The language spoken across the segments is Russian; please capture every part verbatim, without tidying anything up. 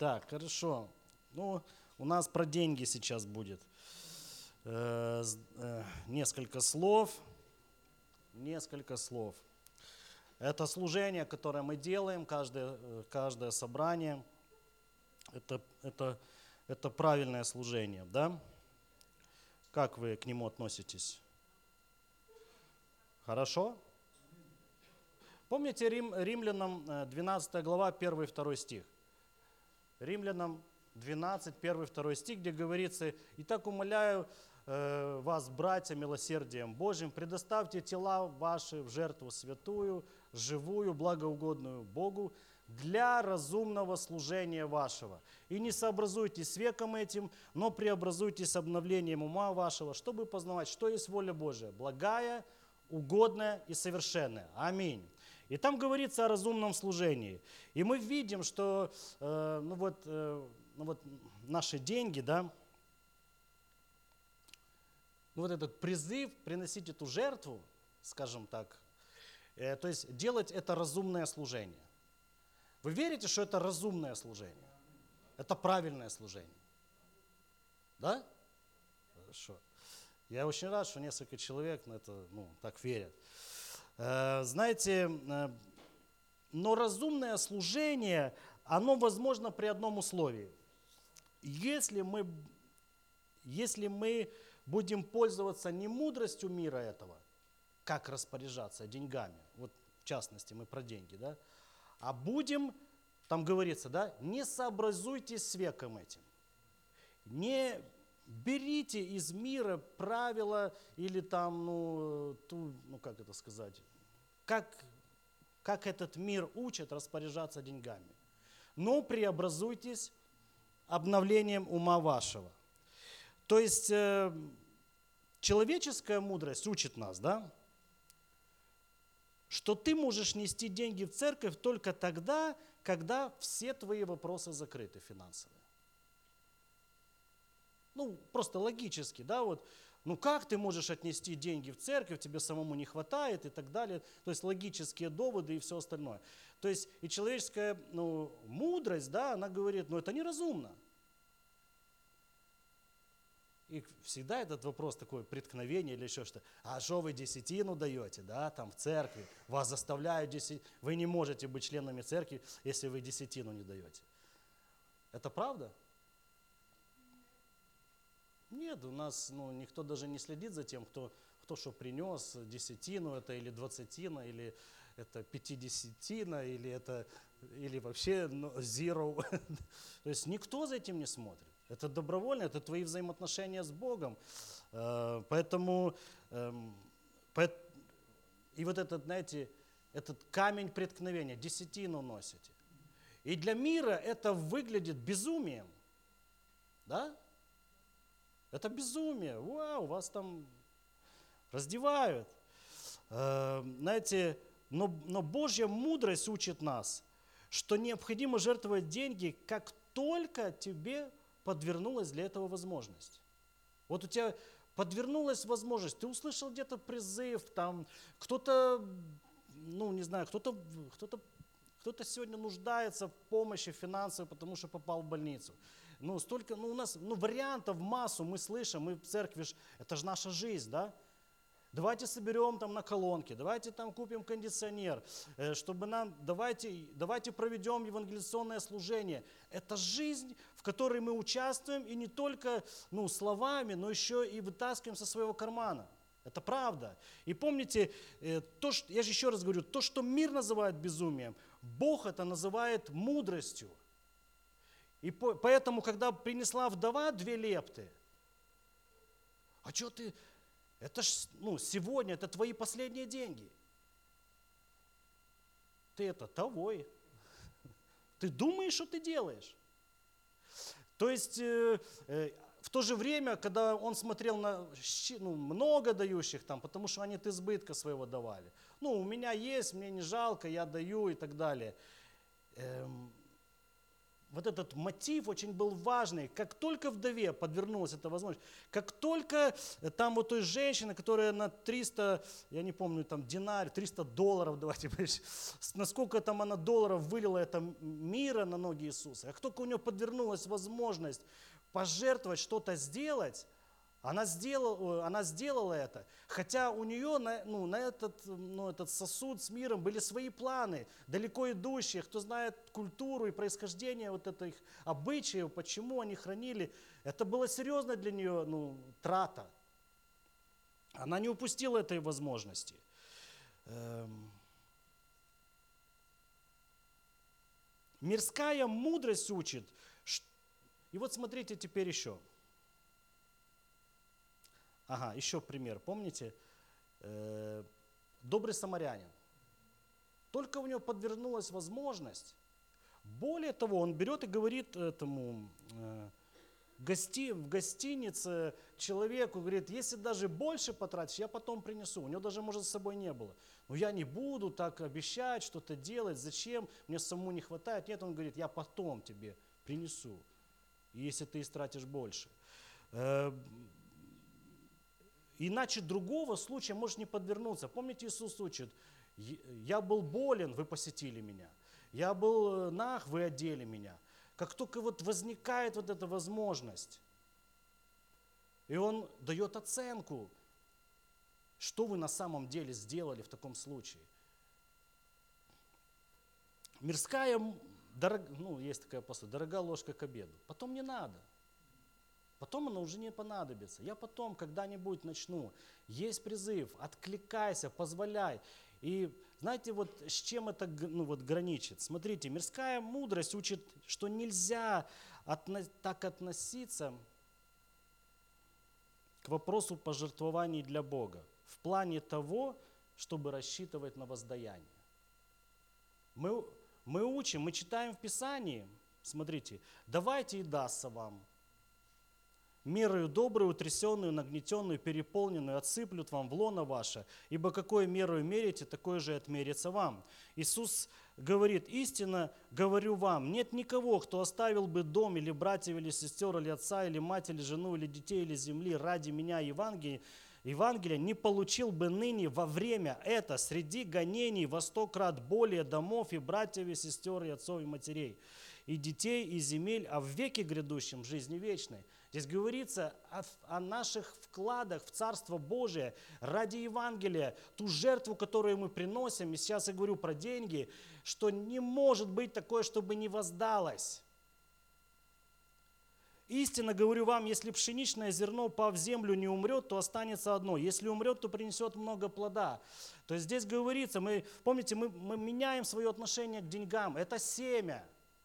Так, хорошо. Ну, у нас про деньги сейчас будет. Э, с- э, несколько слов. Несколько слов. Это служение, которое мы делаем, каждое, э, каждое собрание. Это, это, это правильное служение, да? Как вы к нему относитесь? Хорошо? Помните Рим, Римлянам э, двенадцатая глава, первый и второй стих? Римлянам двенадцать, первый и второй стих, где говорится: «Итак умоляю э, вас, братья, милосердием Божьим, предоставьте тела ваши в жертву святую, живую, благоугодную Богу, для разумного служения вашего. И не сообразуйтесь с веком этим, но преобразуйтесь обновлением ума вашего, чтобы познавать, что есть воля Божия, благая, угодная и совершенная». Аминь. И там говорится о разумном служении. И мы видим, что э, ну вот, э, ну вот наши деньги, да, ну вот этот призыв приносить эту жертву, скажем так, э, то есть делать это разумное служение. Вы верите, что это разумное служение? Это правильное служение? Да? Хорошо. Я очень рад, что несколько человек на это, ну, так верят. Э, знаете, э, но разумное служение, оно возможно при одном условии. Если мы, если мы будем пользоваться не мудростью мира этого, как распоряжаться деньгами, вот в частности мы про деньги, да, а будем, там говорится, да, не сообразуйтесь с веком этим, не берите из мира правила или там, ну, ту, ну как это сказать, как, как этот мир учит распоряжаться деньгами, но преобразуйтесь обновлением ума вашего. То есть э, человеческая мудрость учит нас, да, что ты можешь нести деньги в церковь только тогда, когда все твои вопросы закрыты финансовые. Ну, просто логически, да, вот, ну как ты можешь отнести деньги в церковь, тебе самому не хватает и так далее. То есть логические доводы и все остальное. То есть и человеческая, ну, мудрость, да, она говорит, ну это неразумно. И всегда этот вопрос такое, преткновение или еще что-то. А что вы десятину даете, да, там в церкви? Вас заставляют десятину. Вы не можете быть членами церкви, если вы десятину не даете. Это правда? Нет, у нас, ну, никто даже не следит за тем, кто, кто что принес, десятину это или двадцатина, или это пятидесятина, или это, или вообще ну, zero. То есть никто за этим не смотрит. Это добровольно, это твои взаимоотношения с Богом. Э, Поэтому, эм, поэт- и вот этот, знаете, этот камень преткновения, десятину носите. И для мира это выглядит безумием, да? Это безумие. Вау, вас там раздевают. Э, Знаете, но, но Божья мудрость учит нас, что необходимо жертвовать деньги, как только тебе подвернулась для этого возможность. Вот у тебя подвернулась возможность, ты услышал где-то призыв, там кто-то, ну не знаю, кто-то, кто-то, кто-то сегодня нуждается в помощи финансовой, потому что попал в больницу. Ну столько, ну у нас, ну вариантов массу мы слышим, мы в церкви, ж- это же наша жизнь, да? Давайте соберем там на колонке, давайте там купим кондиционер, э, чтобы нам, давайте, давайте проведем евангелизационное служение. Это жизнь, в которой мы участвуем и не только ну, словами, но еще и вытаскиваем со своего кармана. Это правда. И помните, э, то, что, я же еще раз говорю, то, что мир называет безумием, Бог это называет мудростью. И по, поэтому, когда принесла вдова две лепты, а что ты, это ж, ну, сегодня это твои последние деньги. Ты это тогой. Ты думаешь, что ты делаешь? То есть э, э, в то же время, когда он смотрел на щи- ну, много дающих там, потому что они от избытка своего давали. Ну, у меня есть, мне не жалко, я даю и так далее. Эм, вот этот мотив очень был важный. Как только вдове подвернулась эта возможность, как только там вот той женщины, которая на триста, я не помню, там динар, триста долларов, давайте, насколько там она долларов вылила это мира на ноги Иисуса, как только у нее подвернулась возможность пожертвовать, что-то сделать, Она сделала, она сделала это, хотя у нее на, ну, на этот, ну, этот сосуд с миром были свои планы, далеко идущие, кто знает культуру и происхождение вот этих обычаев, почему они хранили. Это была серьезная для нее ну, трата. Она не упустила этой возможности. Эм. Мирская мудрость учит. И вот смотрите теперь еще. Ага, еще пример. Помните? Э, добрый самарянин. Только у него подвернулась возможность. Более того, он берет и говорит этому э, гости, в гостинице человеку, говорит, если даже больше потратишь, я потом принесу. У него даже, может, с собой не было. Но я не буду так обещать, что-то делать. Зачем? Мне самому не хватает. Нет, он говорит, я потом тебе принесу, если ты истратишь больше. Э, Иначе другого случая может не подвернуться. Помните, Иисус учит, я был болен, вы посетили меня. Я был наг, вы одели меня. Как только вот возникает вот эта возможность, и Он дает оценку, что вы на самом деле сделали в таком случае. Мирская, дорог, ну, есть такая пословица, дорога ложка к обеду. Потом не надо. Потом оно уже не понадобится. Я потом когда-нибудь начну. Есть призыв, откликайся, позволяй. И знаете, вот с чем это ну, вот, граничит? Смотрите, мирская мудрость учит, что нельзя отно- так относиться к вопросу пожертвований для Бога. В плане того, чтобы рассчитывать на воздаяние. Мы, мы учим, мы читаем в Писании, смотрите, давайте и дастся вам. Мерою добрую, утрясенную, нагнетенную, переполненную отсыплют вам в лоно ваше, ибо какой мерою мерите, такой же отмерится вам. Иисус говорит, истинно говорю вам, нет никого, кто оставил бы дом, или братьев, или сестер, или отца, или мать, или жену, или детей, или земли ради меня Евангелия, Евангелия, не получил бы ныне во время это среди гонений во сто крат более домов, и братьев, и сестер, и отцов, и матерей, и детей, и земель, а в веке грядущем жизни вечной. Здесь говорится о, о наших вкладах в Царство Божие ради Евангелия, ту жертву, которую мы приносим, и сейчас я говорю про деньги, что не может быть такое, чтобы не воздалось. Истинно говорю вам, если пшеничное зерно, пав в землю, не умрет, то останется одно. Если умрет, то принесет много плода. То есть здесь говорится, мы, помните, мы, мы меняем свое отношение к деньгам. Это семя.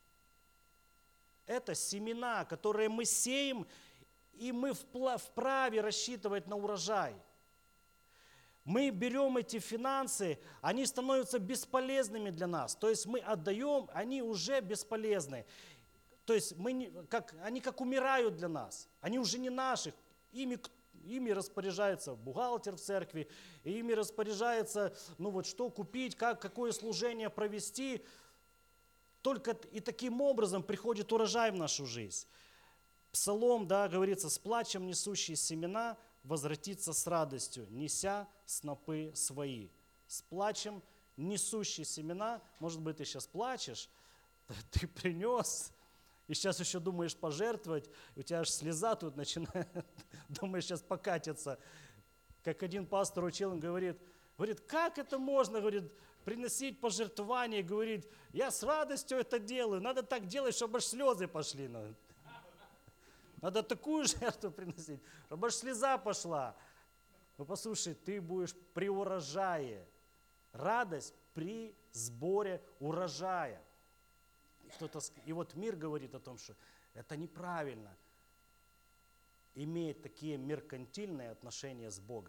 Это семена, которые мы сеем, и мы вправе рассчитывать на урожай. Мы берем эти финансы, они становятся бесполезными для нас. То есть мы отдаем, они уже бесполезны. То есть мы, как, они как умирают для нас. Они уже не наших. Ими, ими распоряжается бухгалтер в церкви, ими распоряжается, ну вот что купить, как, какое служение провести. Только и таким образом приходит урожай в нашу жизнь. Псалом, да, говорится, с плачем несущие семена возвратится с радостью, неся снопы свои. С плачем несущие семена, может быть, ты сейчас плачешь, ты принес, и сейчас еще думаешь пожертвовать, у тебя аж слеза тут начинает, думаешь, сейчас покатится. Как один пастор учил, он говорит, говорит, как это можно, говорит, приносить пожертвования, говорит, я с радостью это делаю, надо так делать, чтобы аж слезы пошли. Надо такую жертву приносить, чтобы аж слеза пошла. Ну послушай, ты будешь при урожае. Радость при сборе урожая. И, кто-то, и вот мир говорит о том, что это неправильно иметь такие меркантильные отношения с Богом.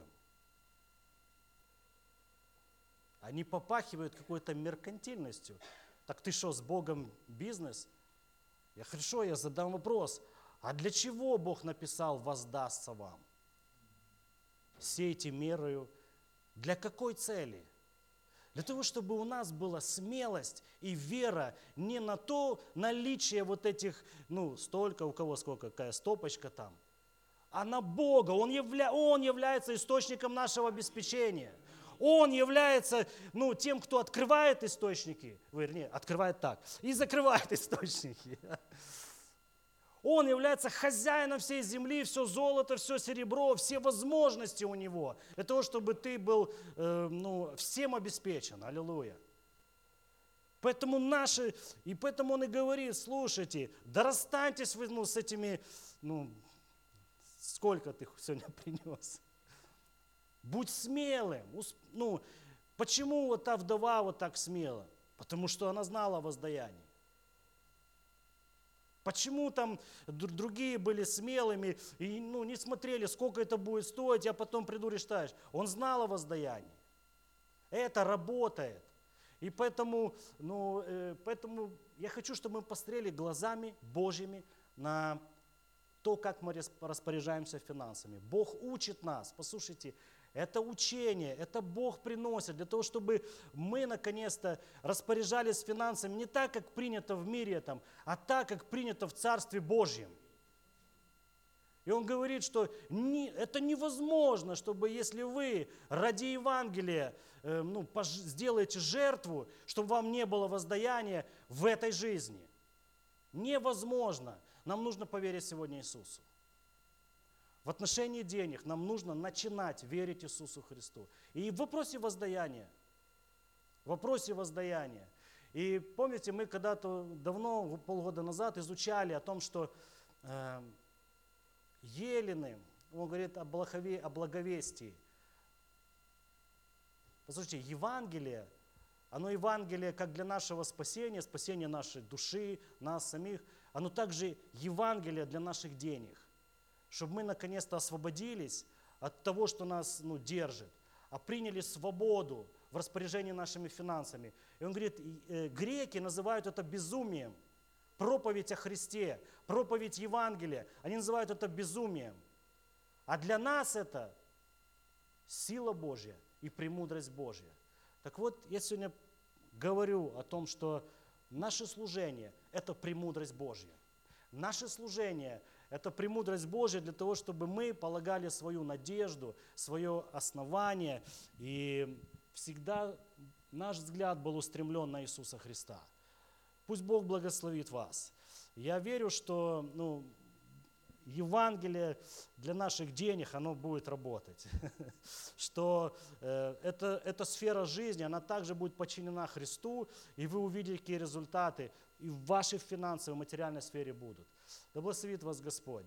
Они попахивают какой-то меркантильностью. Так ты что, с Богом бизнес? Я хорошо, я задам вопрос. А для чего Бог написал «воздастся вам»? Сейте мерою. Для какой цели? Для того, чтобы у нас была смелость и вера не на то наличие вот этих, ну, столько, у кого сколько, какая стопочка там, а на Бога. Он, явля, Он является источником нашего обеспечения. Он является, ну, тем, кто открывает источники, вернее, открывает так, и закрывает источники. Он является хозяином всей земли, все золото, все серебро, все возможности у него, для того, чтобы ты был, э, ну, всем обеспечен. Аллилуйя. Поэтому наши, и поэтому он и говорит, слушайте, да расстаньтесь вы, ну, с этими, ну, сколько ты сегодня принес. Будь смелым. Ну, почему вот та вдова вот так смела? Потому что она знала о воздаянии. Почему там другие были смелыми и, ну, не смотрели, сколько это будет стоить, а потом приду и считаешь. Он знал о воздаянии. Это работает. И поэтому, ну, э, поэтому я хочу, чтобы мы посмотрели глазами Божьими на то, как мы распоряжаемся финансами. Бог учит нас. Послушайте, это учение, это Бог приносит для того, чтобы мы наконец-то распоряжались финансами не так, как принято в мире, там, а так, как принято в Царстве Божьем. И он говорит, что не, это невозможно, чтобы если вы ради Евангелия э, ну, пож, сделаете жертву, чтобы вам не было воздаяния в этой жизни. Невозможно. Нам нужно поверить сегодня Иисусу. В отношении денег нам нужно начинать верить Иисусу Христу. И в вопросе воздаяния, в вопросе воздаяния. И помните, мы когда-то давно, полгода назад, изучали о том, что э, елены, он говорит о, благове, о благовестии. Послушайте, Евангелие, оно Евангелие как для нашего спасения, спасения нашей души, нас самих, оно также Евангелие для наших денег. Чтобы мы наконец-то освободились от того, что нас, ну, держит, а приняли свободу в распоряжении нашими финансами. И он говорит, греки называют это безумием. Проповедь о Христе, проповедь Евангелия, они называют это безумием. А для нас это сила Божья и премудрость Божья. Так вот, я сегодня говорю о том, что наше служение – это премудрость Божья. Наше служение – это премудрость Божья для того, чтобы мы полагали свою надежду, свое основание, и всегда наш взгляд был устремлен на Иисуса Христа. Пусть Бог благословит вас. Я верю, что, ну, Евангелие для наших денег, оно будет работать. Что э, это, эта сфера жизни, она также будет подчинена Христу, и вы увидите, какие результаты и в вашей финансовой, материальной сфере будут. Да благословит вас Господь.